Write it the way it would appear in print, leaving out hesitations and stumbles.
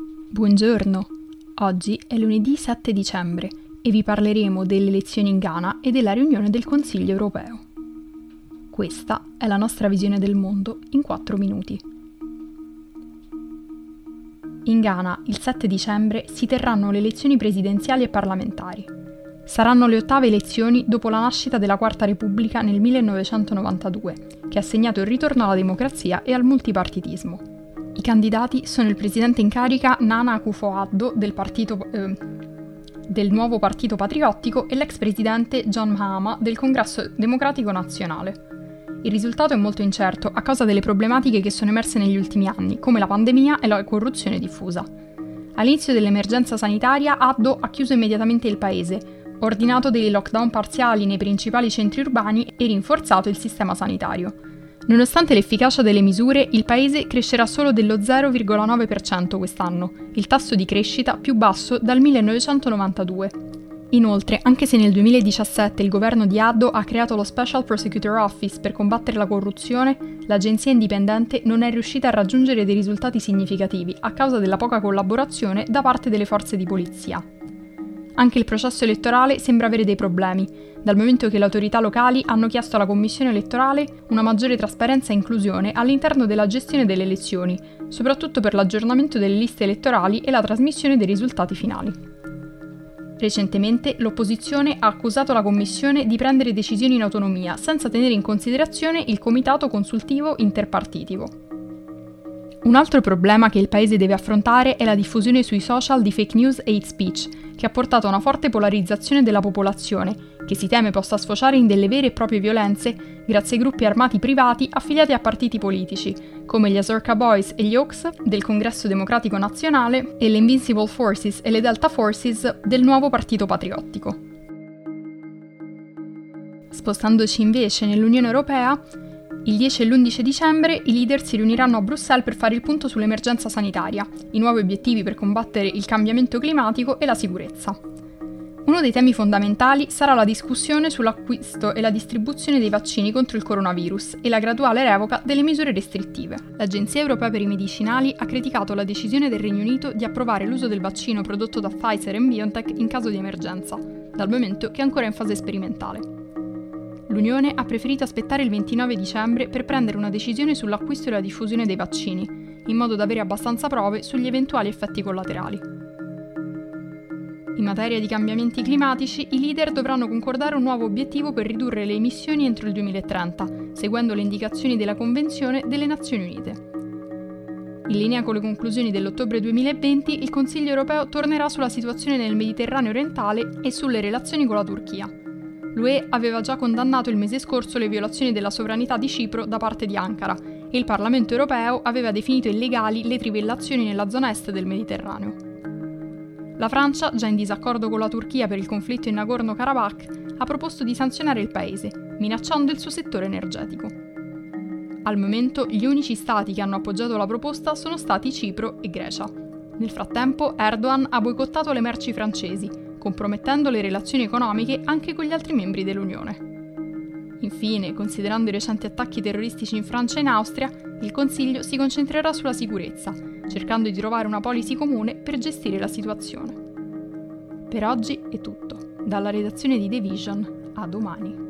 Buongiorno, oggi è lunedì 7 dicembre e vi parleremo delle elezioni in Ghana e della riunione del Consiglio europeo. Questa è la nostra visione del mondo in 4 minuti. In Ghana il 7 dicembre si terranno le elezioni presidenziali e parlamentari. Saranno le 8ave elezioni dopo la nascita della Quarta Repubblica nel 1992, che ha segnato il ritorno alla democrazia e al multipartitismo. I candidati sono il presidente in carica Nana Akufo-Addo del nuovo Partito Patriottico e l'ex presidente John Mahama del Congresso Democratico Nazionale. Il risultato è molto incerto a causa delle problematiche che sono emerse negli ultimi anni, come la pandemia e la corruzione diffusa. All'inizio dell'emergenza sanitaria, Addo ha chiuso immediatamente il paese, ordinato dei lockdown parziali nei principali centri urbani e rinforzato il sistema sanitario. Nonostante l'efficacia delle misure, il paese crescerà solo dello 0,9% quest'anno, il tasso di crescita più basso dal 1992. Inoltre, anche se nel 2017 il governo di Addo ha creato lo Special Prosecutor Office per combattere la corruzione, l'agenzia indipendente non è riuscita a raggiungere dei risultati significativi a causa della poca collaborazione da parte delle forze di polizia. Anche il processo elettorale sembra avere dei problemi, dal momento che le autorità locali hanno chiesto alla Commissione elettorale una maggiore trasparenza e inclusione all'interno della gestione delle elezioni, soprattutto per l'aggiornamento delle liste elettorali e la trasmissione dei risultati finali. Recentemente l'opposizione ha accusato la Commissione di prendere decisioni in autonomia, senza tenere in considerazione il Comitato Consultivo Interpartitico. Un altro problema che il paese deve affrontare è la diffusione sui social di fake news e hate speech, che ha portato a una forte polarizzazione della popolazione, che si teme possa sfociare in delle vere e proprie violenze grazie ai gruppi armati privati affiliati a partiti politici, come gli Azorca Boys e gli Oaks del Congresso Democratico Nazionale e le Invincible Forces e le Delta Forces del nuovo Partito Patriottico. Spostandoci invece nell'Unione Europea, il 10 e l'11 dicembre i leader si riuniranno a Bruxelles per fare il punto sull'emergenza sanitaria, i nuovi obiettivi per combattere il cambiamento climatico e la sicurezza. Uno dei temi fondamentali sarà la discussione sull'acquisto e la distribuzione dei vaccini contro il coronavirus e la graduale revoca delle misure restrittive. L'Agenzia Europea per i Medicinali ha criticato la decisione del Regno Unito di approvare l'uso del vaccino prodotto da Pfizer e BioNTech in caso di emergenza, dal momento che è ancora in fase sperimentale. L'Unione ha preferito aspettare il 29 dicembre per prendere una decisione sull'acquisto e la diffusione dei vaccini, in modo da avere abbastanza prove sugli eventuali effetti collaterali. In materia di cambiamenti climatici, i leader dovranno concordare un nuovo obiettivo per ridurre le emissioni entro il 2030, seguendo le indicazioni della Convenzione delle Nazioni Unite. In linea con le conclusioni dell'ottobre 2020, il Consiglio europeo tornerà sulla situazione nel Mediterraneo orientale e sulle relazioni con la Turchia. L'UE aveva già condannato il mese scorso le violazioni della sovranità di Cipro da parte di Ankara e il Parlamento europeo aveva definito illegali le trivellazioni nella zona est del Mediterraneo. La Francia, già in disaccordo con la Turchia per il conflitto in Nagorno-Karabakh, ha proposto di sanzionare il paese, minacciando il suo settore energetico. Al momento, gli unici stati che hanno appoggiato la proposta sono stati Cipro e Grecia. Nel frattempo, Erdogan ha boicottato le merci francesi, compromettendo le relazioni economiche anche con gli altri membri dell'Unione. Infine, considerando i recenti attacchi terroristici in Francia e in Austria, il Consiglio si concentrerà sulla sicurezza, cercando di trovare una policy comune per gestire la situazione. Per oggi è tutto. Dalla redazione di The Vision, a domani.